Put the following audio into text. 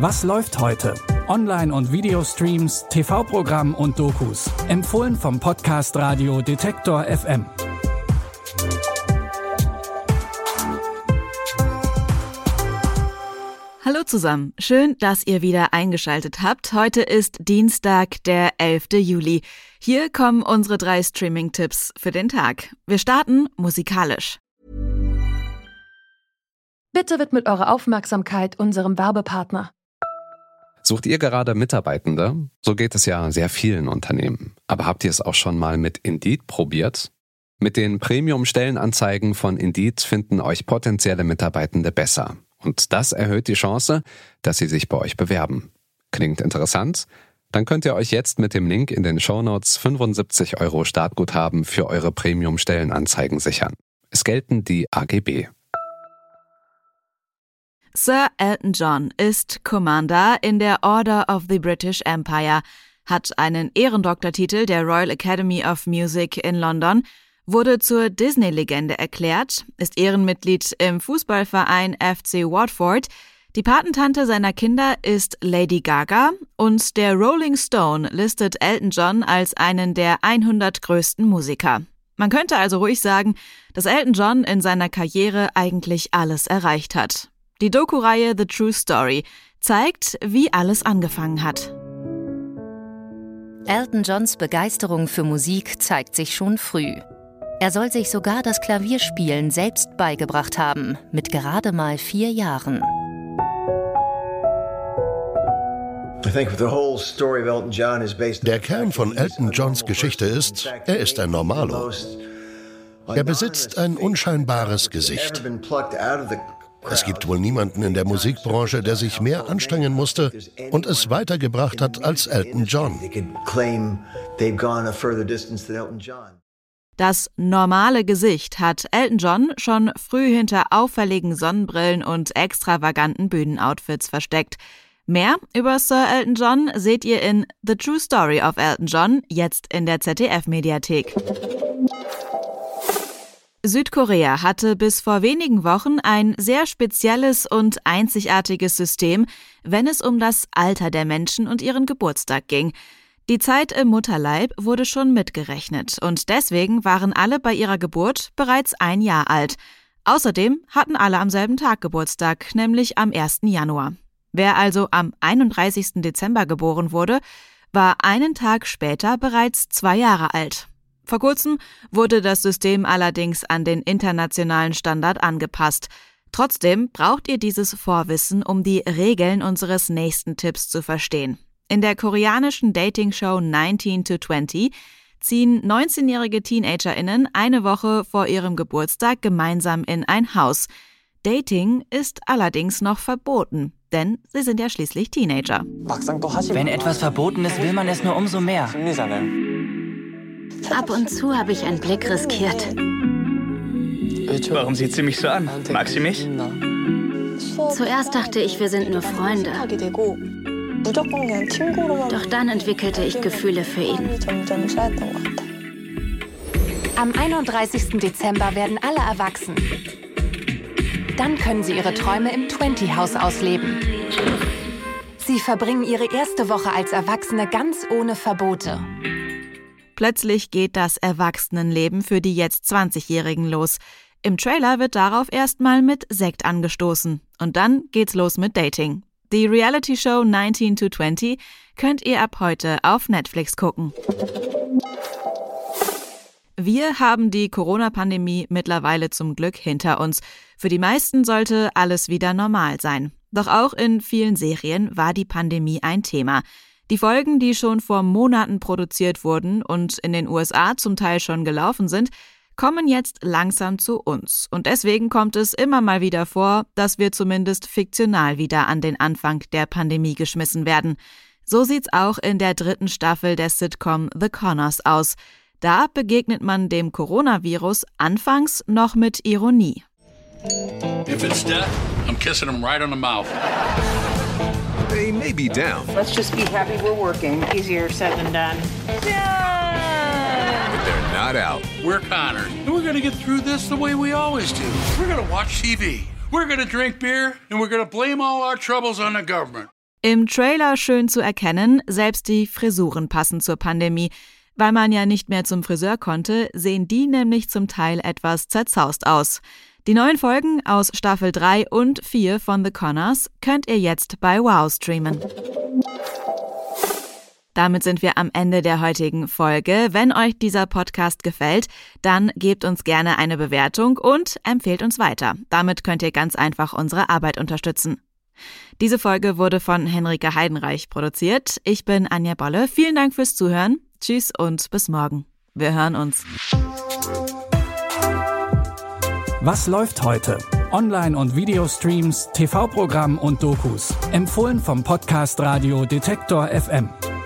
Was läuft heute? Online- und Videostreams, TV-Programm und Dokus. Empfohlen vom Podcast Radio Detektor FM. Hallo zusammen, schön, dass ihr wieder eingeschaltet habt. Heute ist Dienstag, der 11. Juli. Hier kommen unsere 3 Streaming-Tipps für den Tag. Wir starten musikalisch. Bitte widmet eure Aufmerksamkeit unserem Werbepartner. Sucht ihr gerade Mitarbeitende? So geht es ja sehr vielen Unternehmen. Aber habt ihr es auch schon mal mit Indeed probiert? Mit den Premium-Stellenanzeigen von Indeed finden euch potenzielle Mitarbeitende besser. Und das erhöht die Chance, dass sie sich bei euch bewerben. Klingt interessant? Dann könnt ihr euch jetzt mit dem Link in den Shownotes 75 € Startguthaben für eure Premium-Stellenanzeigen sichern. Es gelten die AGB. Sir Elton John ist Commander in der Order of the British Empire, hat einen Ehrendoktortitel der Royal Academy of Music in London, wurde zur Disney-Legende erklärt, ist Ehrenmitglied im Fußballverein FC Watford, die Patentante seiner Kinder ist Lady Gaga und der Rolling Stone listet Elton John als einen der 100 größten Musiker. Man könnte also ruhig sagen, dass Elton John in seiner Karriere eigentlich alles erreicht hat. Die Doku-Reihe The True Story zeigt, wie alles angefangen hat. Elton Johns Begeisterung für Musik zeigt sich schon früh. Er soll sich sogar das Klavierspielen selbst beigebracht haben, mit gerade mal 4 Jahren. Der Kern von Elton Johns Geschichte ist, er ist ein Normalo. Er besitzt ein unscheinbares Gesicht. Es gibt wohl niemanden in der Musikbranche, der sich mehr anstrengen musste und es weitergebracht hat als Elton John. Das normale Gesicht hat Elton John schon früh hinter auffälligen Sonnenbrillen und extravaganten Bühnenoutfits versteckt. Mehr über Sir Elton John seht ihr in The True Story of Elton John, jetzt in der ZDF-Mediathek. Südkorea hatte bis vor wenigen Wochen ein sehr spezielles und einzigartiges System, wenn es um das Alter der Menschen und ihren Geburtstag ging. Die Zeit im Mutterleib wurde schon mitgerechnet und deswegen waren alle bei ihrer Geburt bereits 1 Jahr alt. Außerdem hatten alle am selben Tag Geburtstag, nämlich am 1. Januar. Wer also am 31. Dezember geboren wurde, war einen Tag später bereits 2 Jahre alt. Vor kurzem wurde das System allerdings an den internationalen Standard angepasst. Trotzdem braucht ihr dieses Vorwissen, um die Regeln unseres nächsten Tipps zu verstehen. In der koreanischen Dating-Show 19 to 20 ziehen 19-jährige TeenagerInnen eine Woche vor ihrem Geburtstag gemeinsam in ein Haus. Dating ist allerdings noch verboten, denn sie sind ja schließlich Teenager. Wenn etwas verboten ist, will man es nur umso mehr. Ab und zu habe ich einen Blick riskiert. Warum sieht sie mich so an? Mag sie mich? Zuerst dachte ich, wir sind nur Freunde. Doch dann entwickelte ich Gefühle für ihn. Am 31. Dezember werden alle erwachsen. Dann können sie ihre Träume im 20-Haus ausleben. Sie verbringen ihre erste Woche als Erwachsene ganz ohne Verbote. Plötzlich geht das Erwachsenenleben für die jetzt 20-Jährigen los. Im Trailer wird darauf erstmal mit Sekt angestoßen. Und dann geht's los mit Dating. Die Reality-Show 19 to 20 könnt ihr ab heute auf Netflix gucken. Wir haben die Corona-Pandemie mittlerweile zum Glück hinter uns. Für die meisten sollte alles wieder normal sein. Doch auch in vielen Serien war die Pandemie ein Thema. Die Folgen, die schon vor Monaten produziert wurden und in den USA zum Teil schon gelaufen sind, kommen jetzt langsam zu uns. Und deswegen kommt es immer mal wieder vor, dass wir zumindest fiktional wieder an den Anfang der Pandemie geschmissen werden. So sieht's auch in der 3. Staffel der Sitcom The Connors aus. Da begegnet man dem Coronavirus anfangs noch mit Ironie. If it's death, I'm kissing him right on the mouth. They may be down. Let's just be happy we're working. Easier said than done. But they're not out. We're Connor, and we're gonna get through this the way we always do. We're gonna watch TV. We're gonna drink beer, and we're gonna blame all our troubles on the government. Im Trailer schön zu erkennen, selbst die Frisuren passen zur Pandemie. Weil man ja nicht mehr zum Friseur konnte, sehen die nämlich zum Teil etwas zerzaust aus. Die neuen Folgen aus Staffel 3 und 4 von The Conners könnt ihr jetzt bei Wow streamen. Damit sind wir am Ende der heutigen Folge. Wenn euch dieser Podcast gefällt, dann gebt uns gerne eine Bewertung und empfehlt uns weiter. Damit könnt ihr ganz einfach unsere Arbeit unterstützen. Diese Folge wurde von Henrike Heidenreich produziert. Ich bin Anja Bolle. Vielen Dank fürs Zuhören. Tschüss und bis morgen. Wir hören uns. Was läuft heute? Online- und Videostreams, TV-Programm und Dokus. Empfohlen vom Podcast Radio Detektor FM.